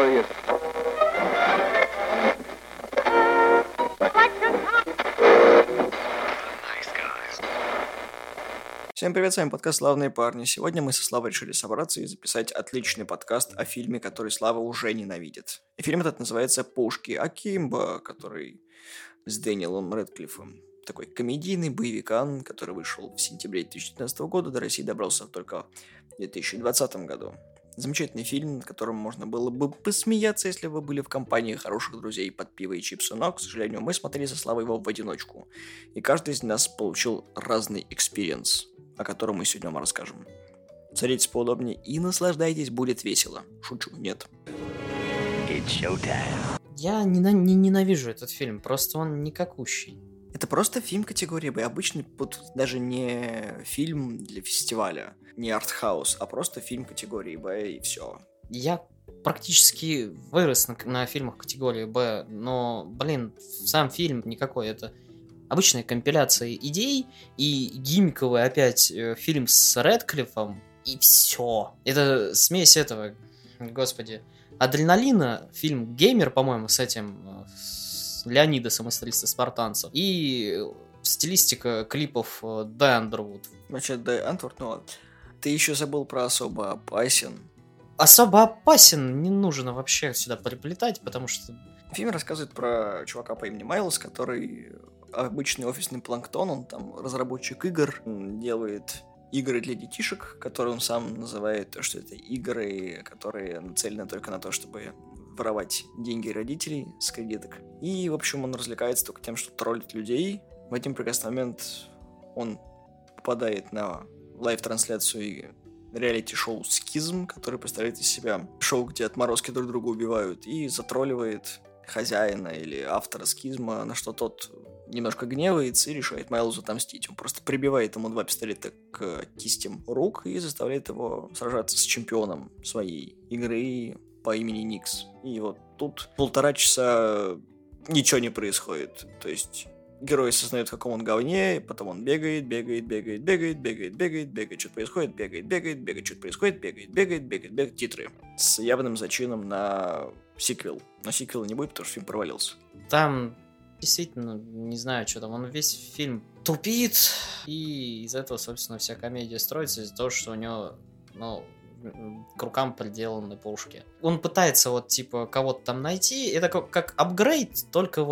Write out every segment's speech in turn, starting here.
serious. Всем привет, с вами подкаст «Славные парни». Сегодня мы со Славой решили собраться и записать отличный подкаст о фильме, который Слава уже ненавидит. И фильм этот называется «Пушки Акимбо», который с Дэниелом Рэдклиффом. Такой комедийный боевикан, который вышел в сентябре 2019 года, до России добрался только в 2020 году. Замечательный фильм, на котором можно было бы посмеяться, если вы были в компании хороших друзей под пиво и чипсы, но, к сожалению, мы смотрели со Славой его в одиночку. И каждый из нас получил разный экспириенс, о котором мы сегодня вам расскажем. Садитесь поудобнее и наслаждайтесь, будет весело. Шучу, нет. Я не ненавижу этот фильм, просто он никакущий. Это просто фильм категории Б. Обычный, вот, даже не фильм для фестиваля, не артхаус, а просто фильм категории Б и все. Я практически вырос на фильмах категории Б, но, сам фильм никакой. Это обычная компиляция идей и гиммиковый опять фильм с Рэдклиффом, и все. Это смесь этого, господи, адреналина, фильм «Геймер», по-моему, с этим... с Леонидасом из «300 спартанцев», и стилистика клипов Дай Андервуд. Значит, Дай Андервуд, ну ладно. Ты еще забыл про «Особо опасен». «Особо опасен» не нужно вообще сюда приплетать, потому что... Фильм рассказывает про чувака по имени Майлз, который обычный офисный планктон, он там разработчик игр, делает игры для детишек, которые он сам называет, что это игры, которые нацелены только на то, чтобы воровать деньги родителей с кредиток. И, в общем, он развлекается только тем, что троллит людей. В один прекрасный момент он попадает на лайв-трансляцию реалити-шоу «Скизм», который представляет из себя шоу, где отморозки друг друга убивают, и затролливает хозяина или автора «Скизма», на что тот немножко гневается и решает Майлзу отомстить. Он просто прибивает ему 2 пистолета к кистям рук и заставляет его сражаться с чемпионом своей игры по имени Никс. И вот тут 1,5 часа ничего не происходит. То есть герой осознает, в каком он говне, потом он бегает, что-то происходит, бегает, что-то происходит, бегает, титры. С явным зачином на сиквел. Но сиквела не будет, потому что фильм провалился. Там действительно, не знаю, что там, он весь фильм тупит, и из этого, собственно, вся комедия строится, из-за того, что у него, к рукам приделаны пушки. Он пытается кого-то там найти, это как апгрейд, только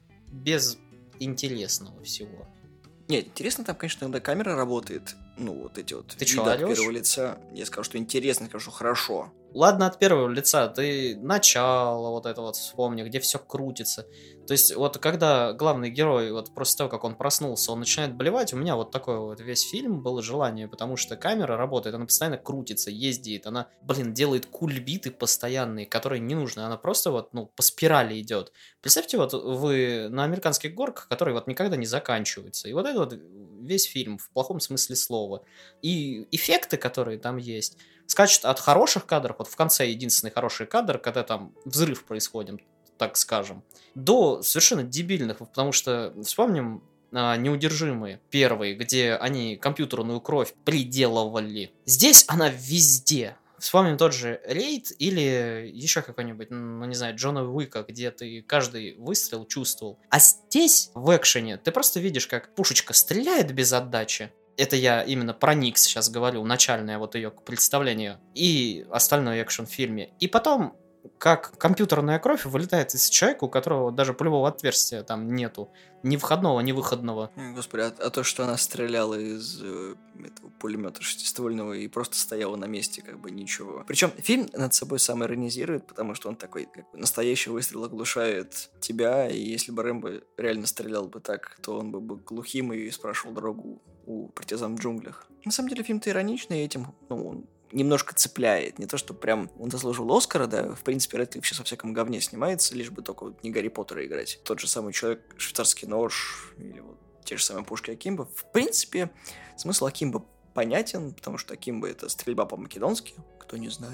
без интересного всего. Нет, интересно, там, конечно, иногда камера работает. Эти Ты виды от первого лица. Я скажу, что интересно, скажу, что хорошо. Ладно, от первого лица, ты начало вспомни, где все крутится. То есть, когда главный герой, после того, как он проснулся, он начинает блевать, у меня такой весь фильм было желание, потому что камера работает, она постоянно крутится, ездит, она, делает кульбиты постоянные, которые не нужны, она просто по спирали идет. Представьте, вы на американских горках, которые никогда не заканчиваются, и это весь фильм в плохом смысле слова. И эффекты, которые там есть, скачет от хороших кадров, в конце единственный хороший кадр, когда там взрыв происходит, так скажем, до совершенно дебильных, потому что вспомним «Неудержимые» первые, где они компьютерную кровь приделывали. Здесь она везде. Вспомним тот же «Рейд» или еще какой-нибудь, не знаю, Джона Уика, где ты каждый выстрел чувствовал. А здесь, в экшене, ты просто видишь, как пушечка стреляет без отдачи. Это я именно про Никс сейчас говорю, начальное ее представление. И остальное экшен в фильме. И потом, как компьютерная кровь вылетает из человека, у которого даже пулевого отверстия там нету. Ни входного, ни выходного. Господи, а то, что она стреляла из этого пулемета шестиствольного и просто стояла на месте, ничего. Причем фильм над собой сам иронизирует, потому что он такой, настоящий выстрел оглушает тебя, и если бы Рэмбо реально стрелял бы так, то он был глухим и спрашивал дорогу у партизан в джунглях. На самом деле фильм-то ироничный, и этим, он немножко цепляет. Не то, что прям он заслужил Оскара, да, в принципе, Рэдклифф сейчас во всяком говне снимается, лишь бы только не Гарри Поттера играть. Тот же самый человек, швейцарский нож, или те же самые пушки Акимбо. В принципе, смысл Акимбо понятен, потому что Акимбо — это стрельба по-македонски, кто не знает.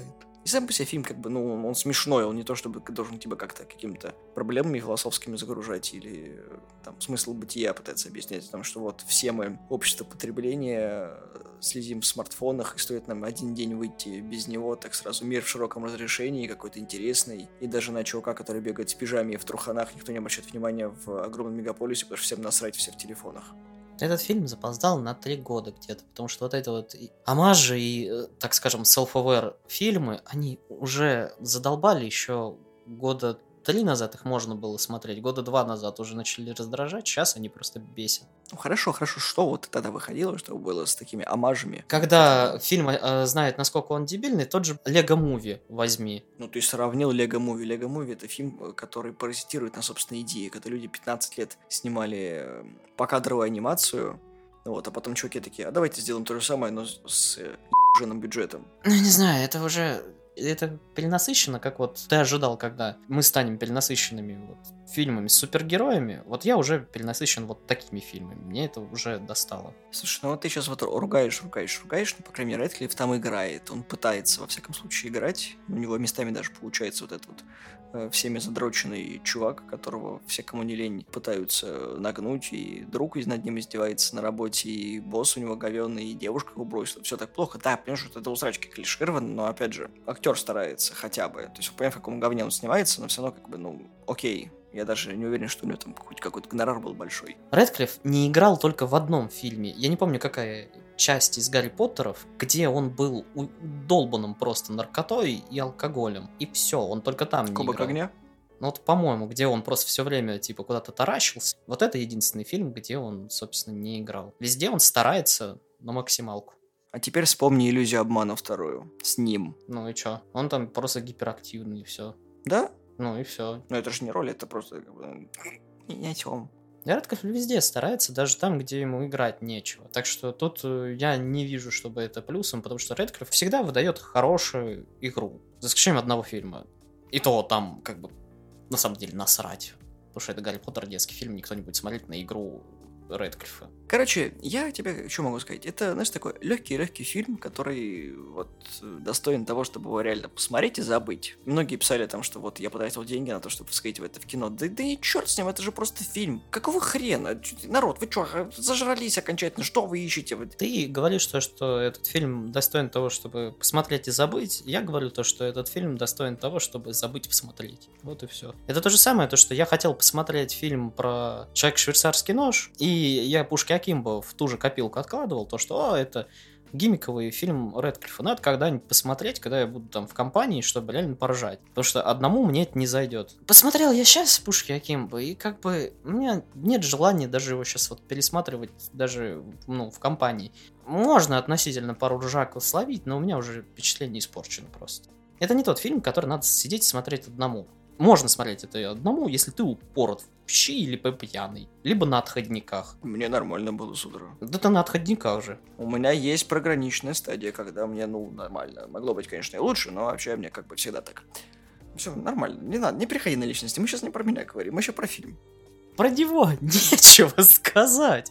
И сам по себе фильм, как бы, ну, он смешной, он не то чтобы должен тебя как-то какими-то проблемами философскими загружать или там смысл бытия пытаться объяснять, потому что вот все мы, общество потребления, следим в смартфонах, и стоит нам один день выйти без него, так сразу мир в широком разрешении, какой-то интересный, и даже на чувака, который бегает в пижаме и в труханах, никто не обращает внимания в огромном мегаполисе, потому что всем насрать, все в телефонах. Этот фильм запоздал на 3 года где-то, потому что вот эти вот омажи и, так скажем, self-aware фильмы, они уже задолбали еще года 3 назад их можно было смотреть, года 2 назад уже начали раздражать, сейчас они просто бесят. Ну хорошо, что вот тогда выходило, что было с такими омажами? Когда фильм знает, насколько он дебильный, тот же Лего Муви возьми. Ну, ты сравнил Лего Муви. Лего Муви — это фильм, который паразитирует на собственной идее, когда люди 15 лет снимали покадровую анимацию, вот, а потом чуваки такие, а давайте сделаем то же самое, но с ебаным бюджетом. Ну, не знаю, это уже... Это перенасыщенно, как вот ты ожидал, когда мы станем перенасыщенными вот фильмами с супергероями. Вот я уже перенасыщен вот такими фильмами. Мне это уже достало. Слушай, ну вот ты сейчас вот ругаешь, ну, по крайней мере, Рэдклифф там играет. Он пытается, во всяком случае, играть. У него местами даже получается вот этот вот всеми задроченный чувак, которого все, кому не лень, пытаются нагнуть, и друг над ним издевается на работе, и босс у него говёный, и девушка его бросила. Все так плохо. Да, понимаешь, что это усрачки клишировано, но, опять же, актер старается хотя бы. То есть, понимаешь, в каком говне он снимается, но все равно, как бы, ну, окей. Я даже не уверен, что у него там хоть какой-то гонорар был большой. Рэдклифф не играл только в одном фильме. Я не помню, какая часть из Гарри Поттеров, где он был долбанным просто наркотой и алкоголем. И все, он только там не Кубок играл. огня? Ну вот, по-моему, где он просто все время, типа, куда-то таращился. Вот это единственный фильм, где он, собственно, не играл. Везде он старается на максималку. А теперь вспомни «Иллюзию обмана» вторую. С ним. Ну и чё? Он там просто гиперактивный, и все. Да? Ну и все. Но это же не роль, это просто как бы, ни о чем. Рэдклифф везде старается, даже там, где ему играть нечего. Так что тут я не вижу, чтобы это плюсом, потому что Рэдклифф всегда выдает хорошую игру. За исключением одного фильма. И то там, как бы, на самом деле, насрать. Потому что это Гарри Поттер, детский фильм, никто не будет смотреть на игру Рэдклиффа. Короче, я тебе что могу сказать? Это, знаешь, такой легкий фильм, который вот достоин того, чтобы его реально посмотреть и забыть. Многие писали там, что вот я потратил деньги на то, чтобы сходить в это в кино. Да и черт с ним, это же просто фильм. Какого хрена? Народ, вы что, зажрались окончательно? Что вы ищете? Ты говоришь то, что этот фильм достоин того, чтобы посмотреть и забыть. Я говорю то, что этот фильм достоин того, чтобы забыть и посмотреть. Вот и все. Это то же самое, то, что я хотел посмотреть фильм про «Человек-швейцарский нож», и я Пушки Акимбо в ту же копилку откладывал, то, что это гиммиковый фильм Рэдклиффа. Надо когда-нибудь посмотреть, когда я буду там в компании, чтобы реально поржать. Потому что одному мне это не зайдет. Посмотрел я сейчас Пушки Акимбо, и как бы у меня нет желания даже его сейчас вот пересматривать даже, ну, в компании. Можно относительно пару ржак словить, но у меня уже впечатление испорчено просто. Это не тот фильм, который надо сидеть и смотреть одному. Можно смотреть это одному, если ты упорот в щи или пьяный, либо на отходниках. Мне нормально было с утра. Да ты на отходниках же. У меня есть програничная стадия, когда мне, ну, нормально. Могло быть, конечно, и лучше, но вообще мне как бы всегда так. Все нормально, не надо, не приходи на личности, мы сейчас не про меня говорим, мы еще про фильм. Про него нечего сказать.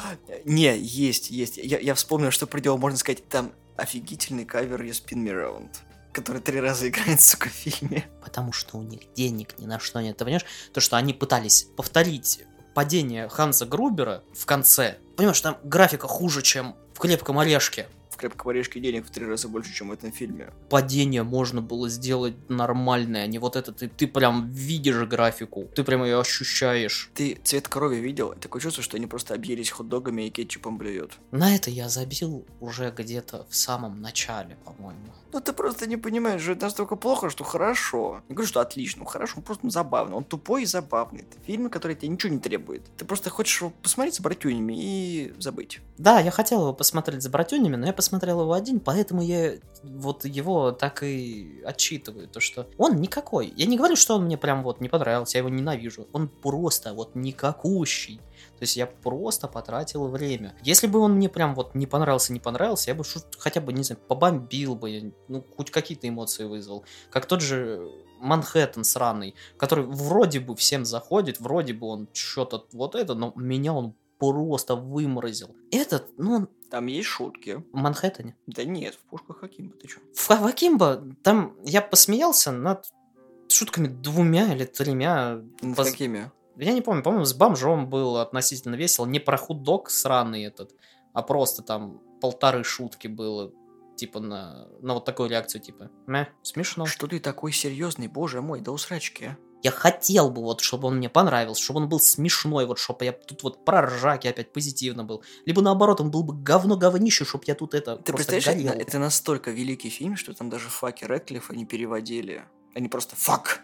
Не, есть. Я вспомнил, что про него можно сказать. Там офигительный кавер You Spin Me Round, который 3 раза играет, сука, в фильме. Потому что у них денег ни на что нет. Ты понимаешь? То, что они пытались повторить падение Ханса Грубера в конце. Понимаешь, там графика хуже, чем в «Крепком орешке». В «Крепком орешке» денег в 3 раза больше, чем в этом фильме. Падение можно было сделать нормальное, а не вот это. Ты прям видишь графику, ты прям ее ощущаешь. Ты «Цвет крови» видел? Такое чувство, что они просто объелись хот-догами и кетчупом блюют. На это я забил уже где-то в самом начале, по-моему. Ну ты просто не понимаешь, что это настолько плохо, что хорошо. Не говорю, что отлично, хорошо, он просто забавный. Он тупой и забавный. Это фильм, который тебе ничего не требует. Ты просто хочешь его посмотреть с братюнями и забыть. Да, я хотел его посмотреть с братюнями, но я посмотрел его один, поэтому я вот его так и отчитываю. То, что он никакой. Я не говорю, что он мне прям вот не понравился, я его ненавижу. Он просто вот никакущий. То есть я просто потратил время. Если бы он мне прям вот не понравился, я бы хотя бы, не знаю, побомбил бы, ну, хоть какие-то эмоции вызвал. Как тот же Манхэттен сраный, который вроде бы всем заходит, вроде бы он что-то вот это, но меня он просто выморозил. Этот, ну, Там есть шутки. в Манхэттене. Да нет, в пушках Акимбо, ты чё? В Акимбо, там я посмеялся над шутками 2 или 3. Над какими? Я не помню, по-моему, с бомжом было относительно весело. Не про хот-дог сраный этот, а просто там 1,5 шутки было. Типа на вот такую реакцию, типа, смешно. Что ты такой серьезный, боже мой, да усрачки, а? Я хотел бы вот, чтобы он мне понравился, чтобы он был смешной, вот, чтобы я тут вот про ржаки опять позитивно был. Либо наоборот, он был бы говно-говнище, чтобы я тут это Ты просто представляешь, горел. это настолько великий фильм, что там даже факи Рэдклиффа не переводили. Они просто фак.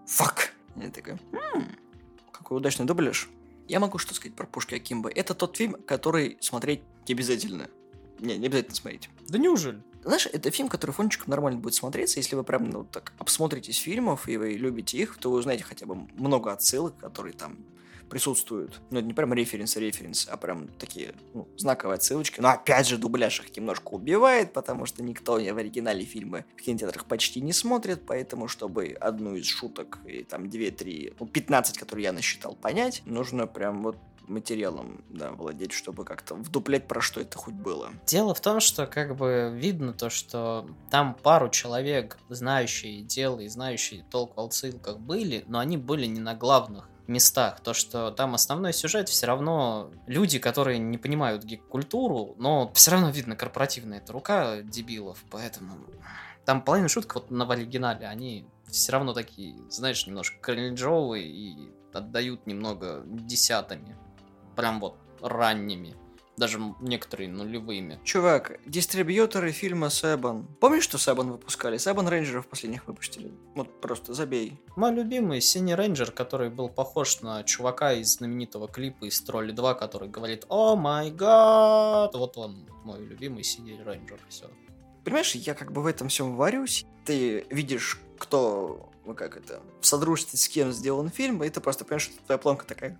Я такой, какой удачный дубляж. Я могу что сказать про пушки Акимбо. Это тот фильм, который смотреть не обязательно. Не обязательно смотреть. Да неужели? Знаешь, это фильм, который фончиком нормально будет смотреться, если вы прям вот так обсмотритесь фильмов, и вы любите их, то вы узнаете хотя бы много отсылок, которые там присутствуют. Ну, это не прям референс, а прям такие знаковые отсылочки. Но опять же, дубляж их немножко убивает, потому что никто в оригинале фильмы в кинотеатрах почти не смотрит, поэтому, чтобы одну из шуток, и там 2-3, 15, которые я насчитал, понять, нужно прям вот материалом, да, владеть, чтобы как-то вдуплять, про что это хоть было. Дело в том, что как бы видно то, что там пару человек, знающие дело и знающие толк в отсылках были, но они были не на главных местах. То, что там основной сюжет, все равно люди, которые не понимают гик-культуру, но все равно видно корпоративная эта рука дебилов, поэтому там половина шуток вот в оригинале, они все равно такие, знаешь, немножко кринжовые и отдают немного десятыми. Прям вот ранними. Даже некоторые нулевыми. Чувак, дистрибьюторы фильма Seven. Помнишь, что Seven выпускали? Seven Рейнджеров последних выпустили. Вот просто забей. Мой любимый Синий Рейнджер, который был похож на чувака из знаменитого клипа из Тролли 2, который говорит «О май гад!» Вот он, мой любимый Синий Рейнджер. Все. Понимаешь, я как бы в этом всем варюсь. Ты видишь, кто, в содружестве с кем сделан фильм, и ты просто понимаешь, что твоя планка такая...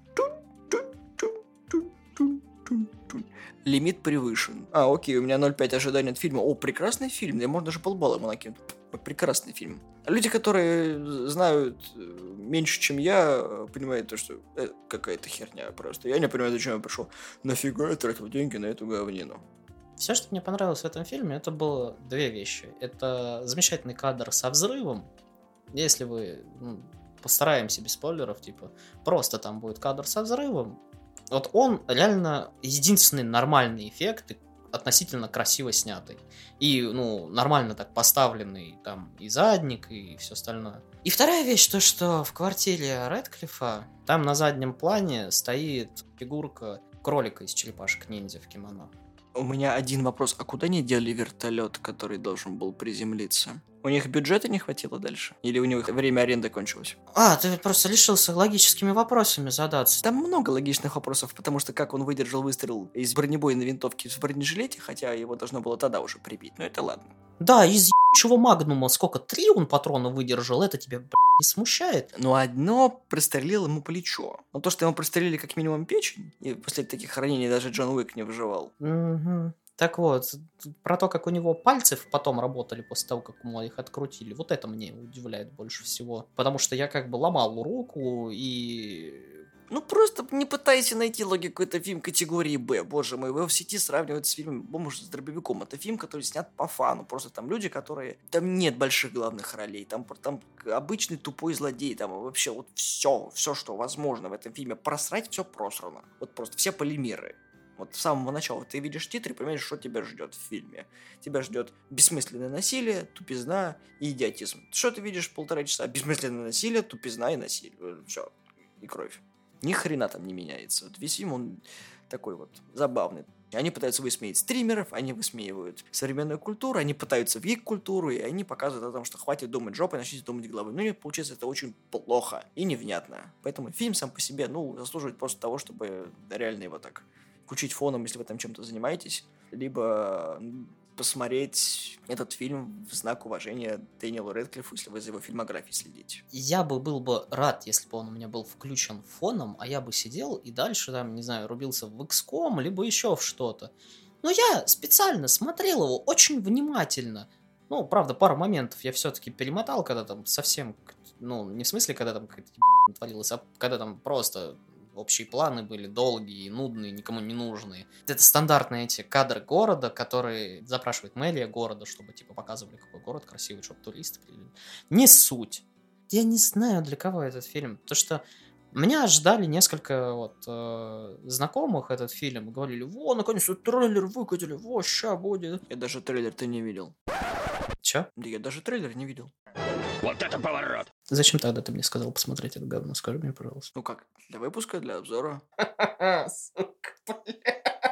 Лимит превышен. Окей, у меня 0,5 ожиданий от фильма. О, прекрасный фильм. Я, можно даже полбалла ему накинуть. Прекрасный фильм. Люди, которые знают меньше, чем я, понимают то, что какая-то херня просто. Я не понимаю, зачем я пришел. Нафига я тратил деньги на эту говнину? Все, что мне понравилось в этом фильме, это было 2 вещи. Это замечательный кадр со взрывом. Если вы постараемся без спойлеров, типа, просто там будет кадр со взрывом. Вот он реально единственный нормальный эффект, относительно красиво снятый. И, нормально так поставленный там и задник, и все остальное. И вторая вещь, то, что в квартире Рэдклиффа там на заднем плане стоит фигурка кролика из черепашек-ниндзя в кимоно. У меня один вопрос. А куда они делали вертолет, который должен был приземлиться? У них бюджета не хватило дальше? Или у них время аренды кончилось? Ты просто лишился логическими вопросами задаться. Там много логичных вопросов, потому что как он выдержал выстрел из бронебойной винтовки в бронежилете, хотя его должно было тогда уже прибить, но это ладно. Да, из ебучего магнума сколько? 3 он патрона выдержал, это тебя, не смущает? Но одно прострелило ему плечо. Но то, что ему прострелили как минимум печень, и после таких ранений даже Джон Уик не выживал. Угу. Так вот, про то, как у него пальцы потом работали после того, как мы их открутили, вот это мне удивляет больше всего. Потому что я как бы ломал руку и... Просто не пытайся найти логику, это фильм категории Б, боже мой, его в сети сравнивают с фильмом «Бомж с дробовиком», это фильм, который снят по фану, просто там люди, которые... Там нет больших главных ролей, там обычный тупой злодей, там вообще вот все, что возможно в этом фильме, просрать все просрано, вот просто все полимеры. Вот с самого начала ты видишь титры и понимаешь, что тебя ждет в фильме. Тебя ждет бессмысленное насилие, тупизна и идиотизм. Что ты видишь 1,5 часа? Бессмысленное насилие, тупизна и насилие. Все, и кровь. Ни хрена там не меняется. Вот весь фильм, он такой вот забавный. Они пытаются высмеять стримеров, они высмеивают современную культуру, они пытаются в гик-культуру, и они показывают о том, что хватит думать жопой, начните думать головой. Но получается это очень плохо и невнятно. Поэтому фильм сам по себе, заслуживает просто того, чтобы реально его так включить фоном, если вы там чем-то занимаетесь, либо посмотреть этот фильм в знак уважения Дэниелу Рэдклиффу, если вы за его фильмографией следите. Я был бы рад, если бы он у меня был включен фоном, а я бы сидел и дальше там, не знаю, рубился в XCOM, либо еще в что-то. Но я специально смотрел его очень внимательно. Правда, пару моментов я все-таки перемотал, когда там совсем, не в смысле, когда там какая-то творилась, а когда там просто общие планы были долгие, нудные, никому не нужные. Это стандартные эти кадры города, которые запрашивает мэрия города, чтобы, типа, показывали, какой город красивый, чтобы туристы прилетели. Не суть. Я не знаю, для кого этот фильм. Потому что меня ждали несколько знакомых этот фильм. Говорили, наконец-то трейлер выкатили, ща будет. Я даже трейлер-то не видел. Чё? Да я даже трейлер не видел. Вот это поворот! Зачем тогда ты мне сказал посмотреть это говно? Скажи мне, пожалуйста. Ну как, для выпуска, для обзора. Сука, блядь.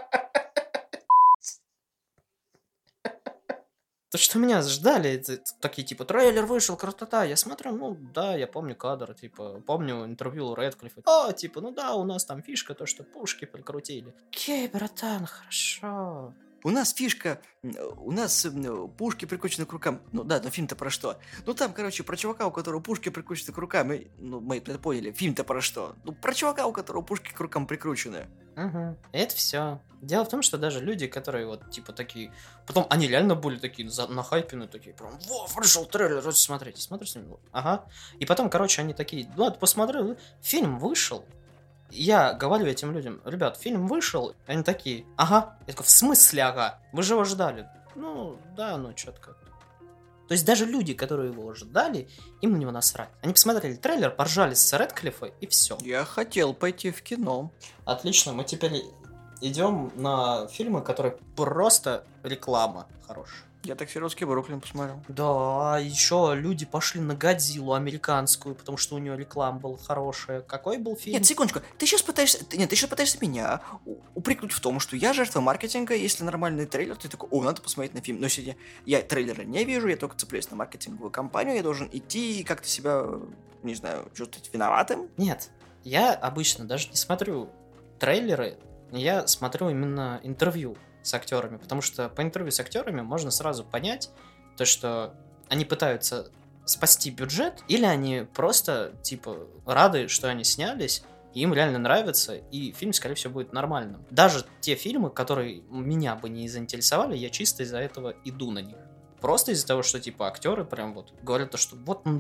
То, что меня ждали, такие, типа, трейлер вышел, красота. Я смотрю, да, я помню кадр, типа, помню интервью Рэдклиффа. Типа, у нас там фишка, то, что пушки прикрутили. Окей, братан, хорошо. У нас фишка, у нас пушки прикручены к рукам. Ну да, но фильм-то про что? Ну там, короче, про чувака, у которого пушки прикручены к рукам. Мы это поняли, фильм-то про что? Ну про чувака, у которого пушки к рукам прикручены. Угу. Это все. Дело в том, что даже люди, которые такие... Потом они реально были такие нахайпены, такие прям, вышел трейлер, смотрите, смотрите. Ага. И потом, короче, они такие, ладно, посмотрел, фильм вышел. Я говорю этим людям, ребят, фильм вышел, они такие, ага. Я такой, в смысле, ага? Вы же его ждали. Четко. То есть даже люди, которые его ждали, им на него насрать. Они посмотрели трейлер, поржали с Рэдклиффа и все. Я хотел пойти в кино. Отлично, мы теперь идем на фильмы, которые просто реклама хорошая. Я токсировский Бруклин посмотрел. Да, еще люди пошли на Годзиллу американскую, потому что у нее реклама была хорошая. Какой был фильм? Нет, секундочку, ты сейчас пытаешься меня упрекнуть в том, что я жертва маркетинга, если нормальный трейлер, ты такой, надо посмотреть на фильм. Но если я трейлера не вижу, я только цепляюсь на маркетинговую компанию, я должен идти и как-то себя, не знаю, чувствовать виноватым. Нет, я обычно даже не смотрю трейлеры, я смотрю именно интервью с актерами, потому что по интервью с актерами можно сразу понять то, что они пытаются спасти бюджет, или они просто, рады, что они снялись, и им реально нравится, и фильм, скорее всего, будет нормальным. Даже те фильмы, которые меня бы не заинтересовали, я чисто из-за этого иду на них. Просто из-за того, что, актеры прям говорят, что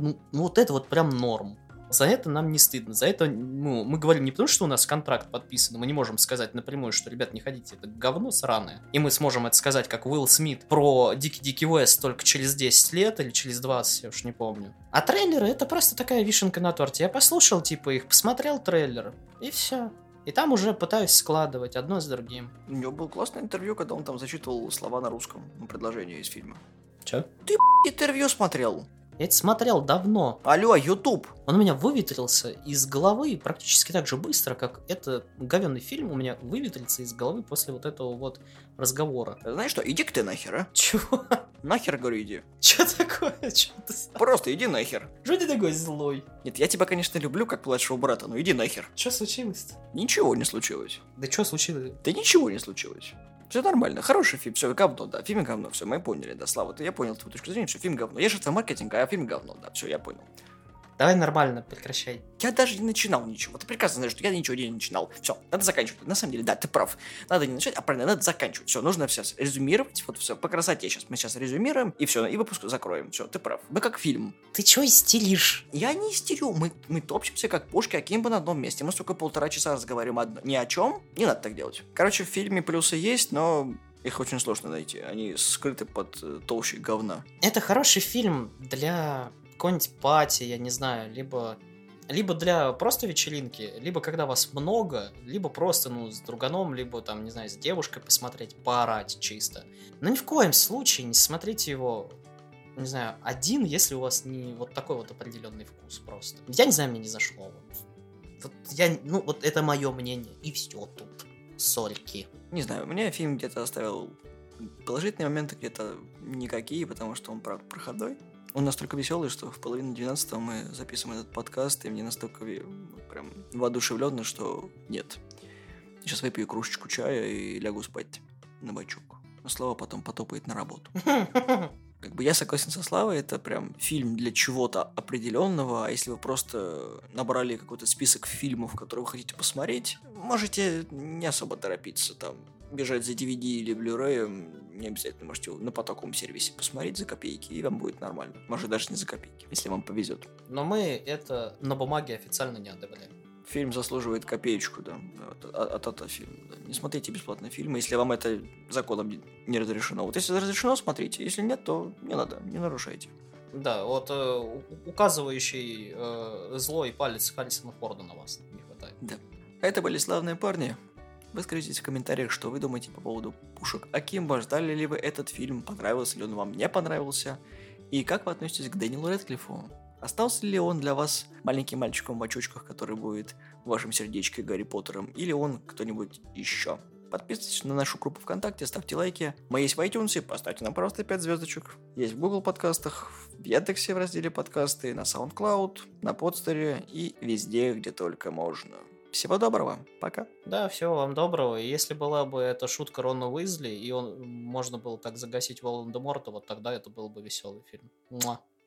это прям норм. За это нам не стыдно. За это мы говорим не потому, что у нас контракт подписан, мы не можем сказать напрямую, что, ребят, не ходите, это говно сраное. И мы сможем это сказать, как Уилл Смит про Дикий Уэст только через 10 лет или через 20, я уж не помню. А трейлеры — это просто такая вишенка на торте. Я послушал, их, посмотрел трейлер, и все. И там уже пытаюсь складывать одно с другим. У него было классное интервью, когда он там зачитывал слова на русском, предложение из фильма. Чё? Ты, интервью смотрел? Я это смотрел давно. Алло, YouTube. Он у меня выветрился из головы практически так же быстро, как этот говенный фильм у меня выветрился из головы после этого разговора. Знаешь что, иди-ка ты нахер, а? Чего? Нахер, говорю, иди. Чё такое? Чё ты... Просто иди нахер. Что ты такой злой? Нет, я тебя, конечно, люблю как младшего брата, но иди нахер. Чё случилось-то? Ничего не случилось. Да чё случилось? Да ничего не случилось. Все нормально, хороший фильм, все, говно, да, фильм говно, все, мы поняли, да, Слава, я понял твою точку зрения, что фильм говно. Я жертва маркетинга, а фильм говно, да, все, я понял. Давай нормально, прекращай. Я даже не начинал ничего, ты прекрасно знаешь, что я ничего не начинал. Все, надо заканчивать, на самом деле, да, ты прав. Надо не начать, а правильно, надо заканчивать. Все, нужно все резюмировать, все, по красоте сейчас. Мы сейчас резюмируем, и все, и выпуск закроем. Все, ты прав. Мы как фильм. Ты чё истеришь? Я не истерю, мы топчемся как пушки, каким бы на одном месте. Мы столько 1,5 часа разговариваем ни о чем. Не надо так делать. Короче, в фильме плюсы есть, но их очень сложно найти. Они скрыты под толщей говна. Это хороший фильм для какой-нибудь пати, я не знаю, либо для просто вечеринки, либо когда вас много, либо просто, с друганом, либо там, не знаю, с девушкой посмотреть, поорать чисто. Но ни в коем случае не смотрите его, не знаю, один, если у вас не такой определенный вкус просто. Я не знаю, мне не зашло. Это мое мнение, и все тут. Сорьки. Не знаю, у меня фильм где-то оставил положительные моменты, где-то никакие, потому что он проходной. Он настолько веселый, что в 11:30 мы записываем этот подкаст, и мне настолько прям воодушевленно, что нет. Я сейчас выпью кружечку чая и лягу спать на бочок. А Слава потом потопает на работу. Я согласен со Славой, это прям фильм для чего-то определенного, а если вы просто набрали какой-то список фильмов, которые вы хотите посмотреть, можете не особо торопиться, бежать за DVD или Blu-ray, не обязательно можете на потоковом сервисе посмотреть за копейки, и вам будет нормально. Может, даже не за копейки, если вам повезет. Но мы это на бумаге официально не одобряем. Фильм заслуживает копеечку, да, от этого фильма. Да. Не смотрите бесплатные фильмы, если вам это законом не разрешено. Вот если разрешено, смотрите. Если нет, то не надо, не нарушайте. Да, вот указывающий злой палец Харрисона Форда на вас не хватает. Да. Это были славные парни. Выскажитесь в комментариях, что вы думаете по поводу пушек Акимбо. Ждали ли вы этот фильм? Понравился ли он вам? Не понравился? И как вы относитесь к Дэниелу Рэдклиффу? Остался ли он для вас маленьким мальчиком в очочках, который будет в вашем сердечке Гарри Поттером? Или он кто-нибудь еще? Подписывайтесь на нашу группу ВКонтакте, ставьте лайки. Мы есть в iTunes, поставьте нам просто 5 звездочек. Есть в Google подкастах, в Яндексе в разделе подкасты, на SoundCloud, на Подстере и везде, где только можно. Всего доброго, пока. Да, всего вам доброго. И если была бы эта шутка Рона Уизли, и можно было так загасить Волан-де-Морта, вот тогда это был бы веселый фильм. Муа.